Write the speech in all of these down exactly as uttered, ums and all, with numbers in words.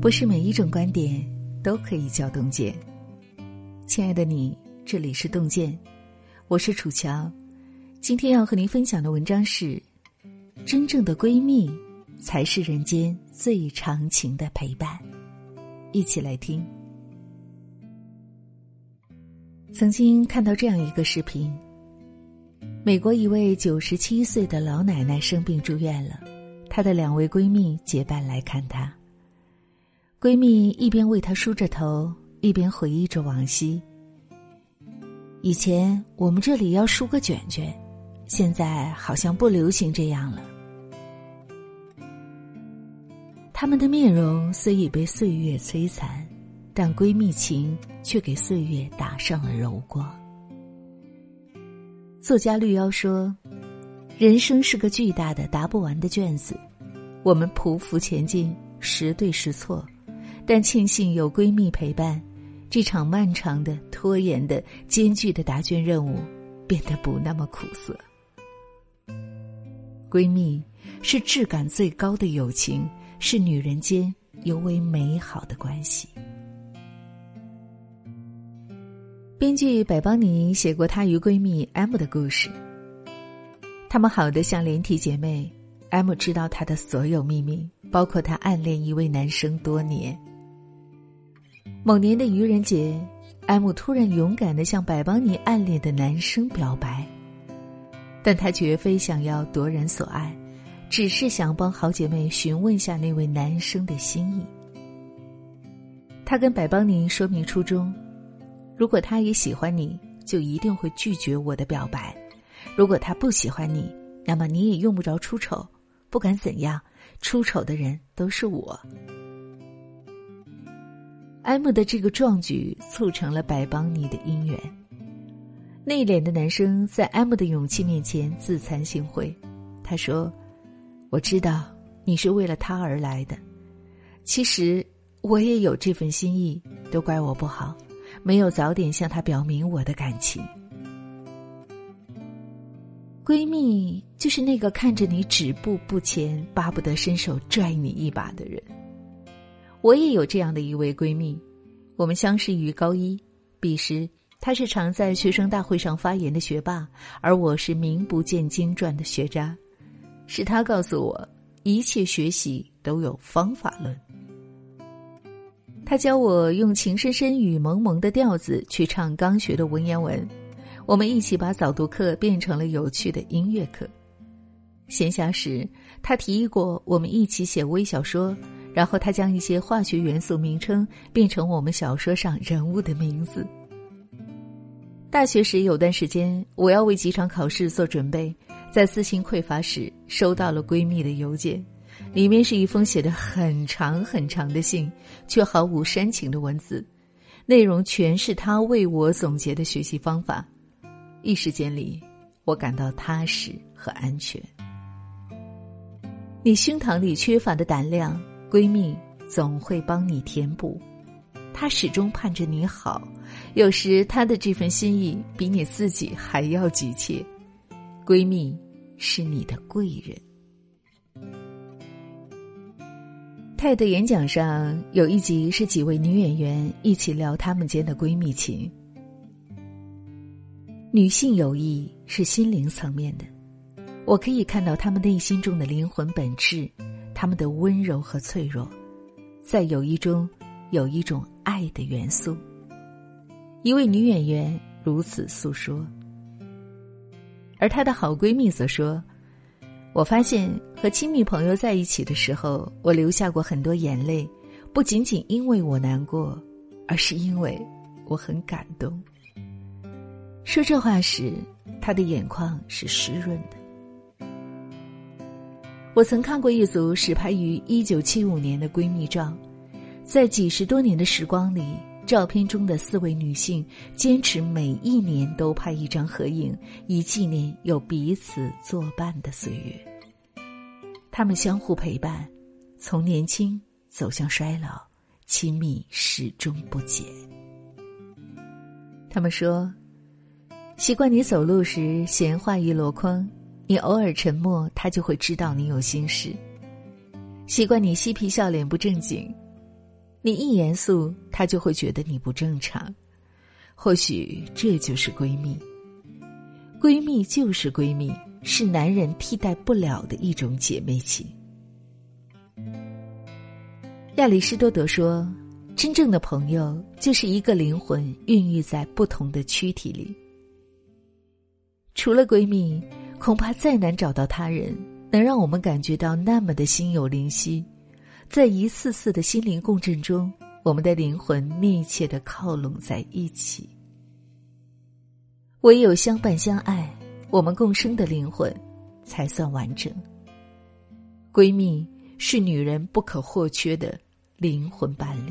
不是每一种观点都可以叫洞见。亲爱的你，这里是洞见，我是楚乔。今天要和您分享的文章是：真正的闺蜜才是人间最长情的陪伴。一起来听。曾经看到这样一个视频，美国一位九十七岁的老奶奶生病住院了，她的两位闺蜜结伴来看她。闺蜜一边为她梳着头，一边回忆着往昔。以前我们这里要梳个卷卷，现在好像不流行这样了。她们的面容虽已被岁月摧残，但闺蜜情却给岁月打上了柔光。作家绿妖说，人生是个巨大的答不完的卷子，我们匍匐前进，时对时错，但庆幸有闺蜜陪伴，这场漫长的、拖延的、艰巨的答卷任务变得不那么苦涩。闺蜜是质感最高的友情，是女人间尤为美好的关系。编剧百邦尼写过她与闺蜜 M 的故事，她们好得像连体姐妹。 M 知道她的所有秘密，包括她暗恋一位男生多年。某年的愚人节， M 突然勇敢地向百邦尼暗恋的男生表白，但她绝非想要夺人所爱，只是想帮好姐妹询问下那位男生的心意。她跟百邦尼说明初衷，如果他也喜欢你，就一定会拒绝我的表白；如果他不喜欢你，那么你也用不着出丑，不管怎样，出丑的人都是我。M 的这个壮举促成了百邦尼的姻缘。内敛的男生在 M 的勇气面前自惭形秽，他说，我知道你是为了他而来的，其实我也有这份心意，都怪我不好，没有早点向他表明我的感情。闺蜜就是那个看着你止步不前，巴不得伸手拽你一把的人。我也有这样的一位闺蜜，我们相识于高一，彼时她是常在学生大会上发言的学霸，而我是名不见经传的学渣。是她告诉我，一切学习都有方法论。他教我用情深深雨蒙蒙的调子去唱刚学的文言文，我们一起把早读课变成了有趣的音乐课。闲暇时，他提议过我们一起写微小说，然后他将一些化学元素名称变成我们小说上人物的名字。大学时有段时间，我要为几场考试做准备，在私心匮乏时收到了闺蜜的邮件，里面是一封写得很长很长的信，却毫无煽情的文字，内容全是她为我总结的学习方法。一时间里，我感到踏实和安全。你胸膛里缺乏的胆量，闺蜜总会帮你填补。她始终盼着你好，有时她的这份心意比你自己还要急切。闺蜜是你的贵人。TED演讲上有一集是几位女演员一起聊她们间的闺蜜情。女性友谊是心灵层面的，我可以看到她们内心中的灵魂本质，她们的温柔和脆弱，在友谊中有一种爱的元素。一位女演员如此诉说，而她的好闺蜜则说，我发现和亲密朋友在一起的时候，我流下过很多眼泪，不仅仅因为我难过，而是因为我很感动。说这话时，她的眼眶是湿润的。我曾看过一组实拍于一九七五年的闺蜜照，在几十多年的时光里，照片中的四位女性坚持每一年都拍一张合影，以纪念有彼此作伴的岁月。她们相互陪伴，从年轻走向衰老，亲密始终不减。她们说，习惯你走路时闲话一箩筐，你偶尔沉默，他就会知道你有心事。习惯你嬉皮笑脸不正经， 你一严肃，她就会觉得你不正常。或许这就是闺蜜。闺蜜就是闺蜜，是男人替代不了的一种姐妹情。亚里士多德说，真正的朋友就是一个灵魂孕育在不同的躯体里。除了闺蜜，恐怕再难找到他人能让我们感觉到那么的心有灵犀，在一次次的心灵共振中，我们的灵魂密切地靠拢在一起。唯有相伴相爱，我们共生的灵魂才算完整。闺蜜是女人不可或缺的灵魂伴侣。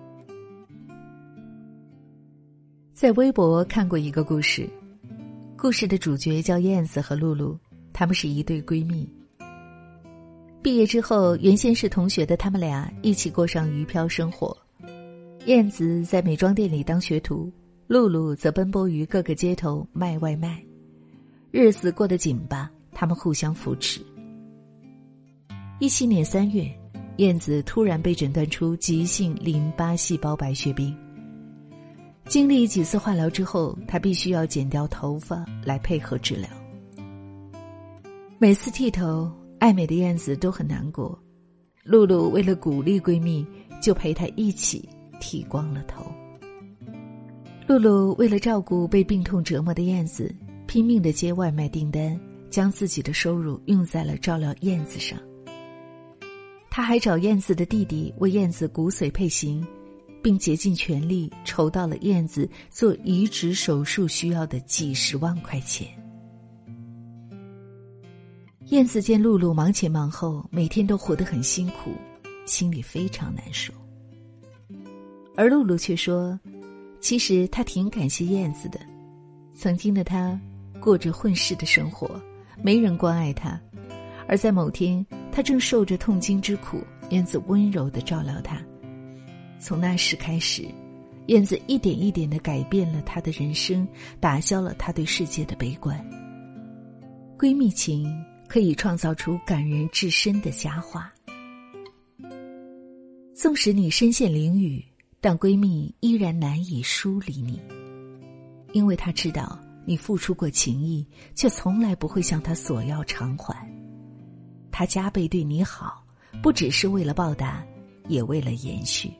在微博看过一个故事，故事的主角叫燕子和露露，她们是一对闺蜜。毕业之后，原先是同学的她们俩一起过上渔漂生活。燕子在美妆店里当学徒，露露则奔波于各个街头卖外卖，日子过得紧巴，他们互相扶持。一七年三月，燕子突然被诊断出急性淋巴细胞白血病。经历几次化疗之后，她必须要剪掉头发来配合治疗。每次剃头，爱美的燕子都很难过。露露为了鼓励闺蜜，就陪她一起剃光了头。露露为了照顾被病痛折磨的燕子，拼命地接外卖订单，将自己的收入用在了照料燕子上。她还找燕子的弟弟为燕子骨髓配型，并竭尽全力筹到了燕子做移植手术需要的几十万块钱。燕子见露露忙前忙后，每天都活得很辛苦，心里非常难受。而露露却说，其实她挺感谢燕子的，曾经的她过着混世的生活，没人关爱她，而在某天她正受着痛经之苦，燕子温柔地照料她。从那时开始，燕子一点一点地改变了她的人生，打消了她对世界的悲观。闺蜜情可以创造出感人至深的佳话。纵使你身陷囹圄，但闺蜜依然难以疏离你，因为她知道你付出过情谊，却从来不会向她索要偿还。她加倍对你好，不只是为了报答，也为了延续。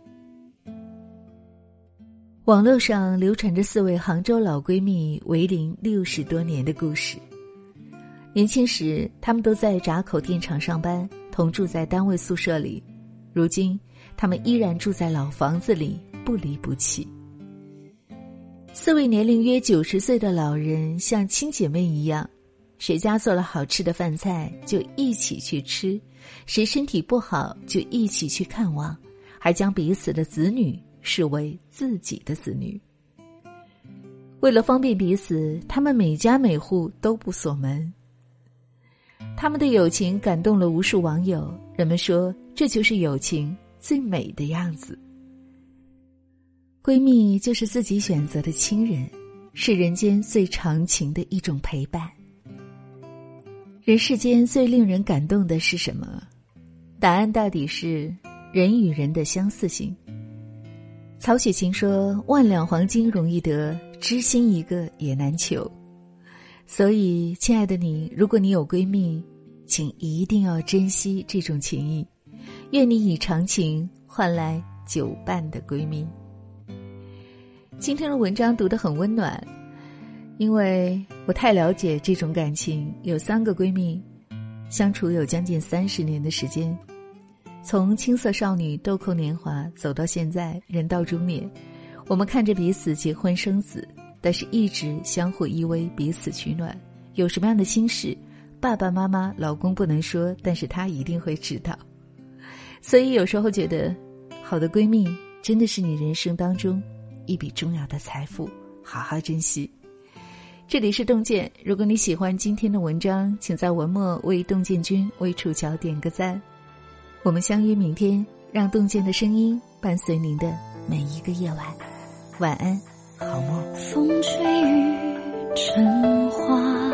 网络上流传着四位杭州老闺蜜为邻六十多年的故事。年轻时，她们都在闸口电厂上班，同住在单位宿舍里。如今，她们依然住在老房子里，不离不弃。四位年龄约九十岁的老人像亲姐妹一样，谁家做了好吃的饭菜就一起去吃，谁身体不好就一起去看望，还将彼此的子女视为自己的子女。为了方便彼此，他们每家每户都不锁门。他们的友情感动了无数网友，人们说这就是友情最美的样子。闺蜜就是自己选择的亲人，是人间最长情的一种陪伴。人世间最令人感动的是什么？答案大抵是人与人的相似性。曹雪芹说，万两黄金容易得，知心一个也难求。所以亲爱的你，如果你有闺蜜，请一定要珍惜这种情谊，愿你以长情换来久伴的闺蜜。今天的文章读得很温暖，因为我太了解这种感情。有三个闺蜜相处有将近三十年的时间，从青涩少女豆蔻年华走到现在人到中年，我们看着彼此结婚生子，但是一直相互依偎，彼此取暖。有什么样的心事，爸爸妈妈老公不能说，但是他一定会知道。所以有时候觉得好的闺蜜真的是你人生当中一笔重要的财富，好好珍惜。这里是洞见，如果你喜欢今天的文章，请在文末为洞见君为触角点个赞。我们相约明天，让洞见的声音伴随您的每一个夜晚。晚安，好梦。 风吹雨成花，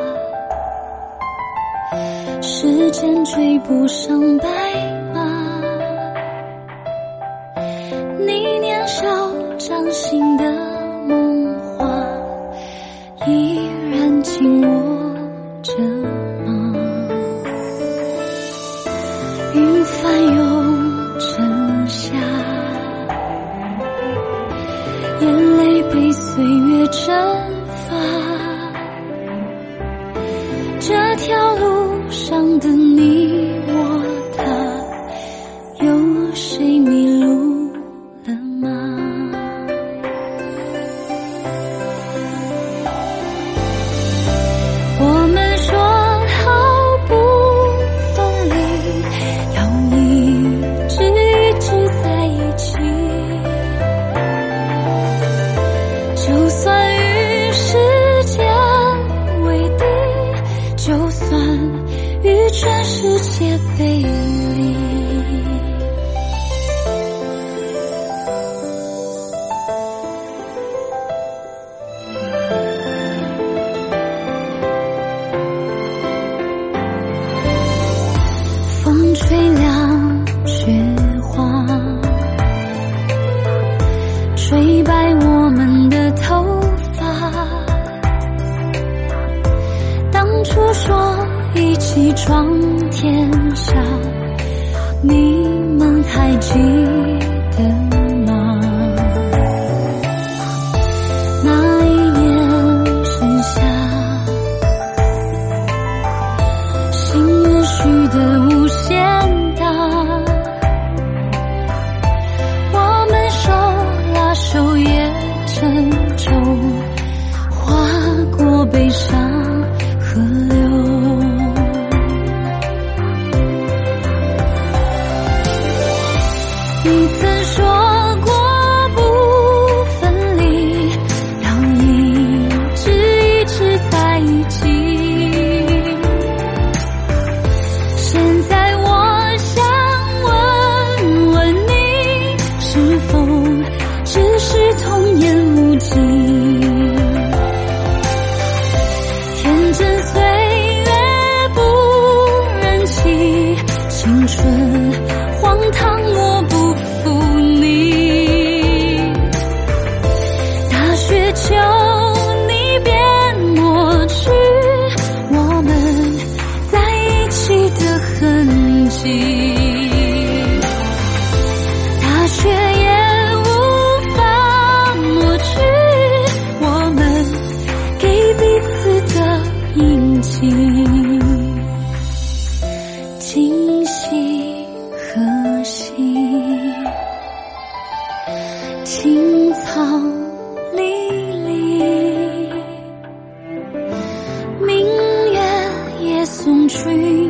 时间追不上白马， 西装天下，你们还记得吗？那一年盛夏，心愿许得无限大，我们手拉手也沉重，划过悲伤河流。你曾说过不分离，要一直一直在一起。现在我想问问你，是否只是童言无忌？天真岁月不忍欺，青春荒唐我不负你。大雪求你别抹去我们在一起的痕迹，大雪也无法抹去我们给彼此的印记。今夕何夕，青草离离，明月夜送君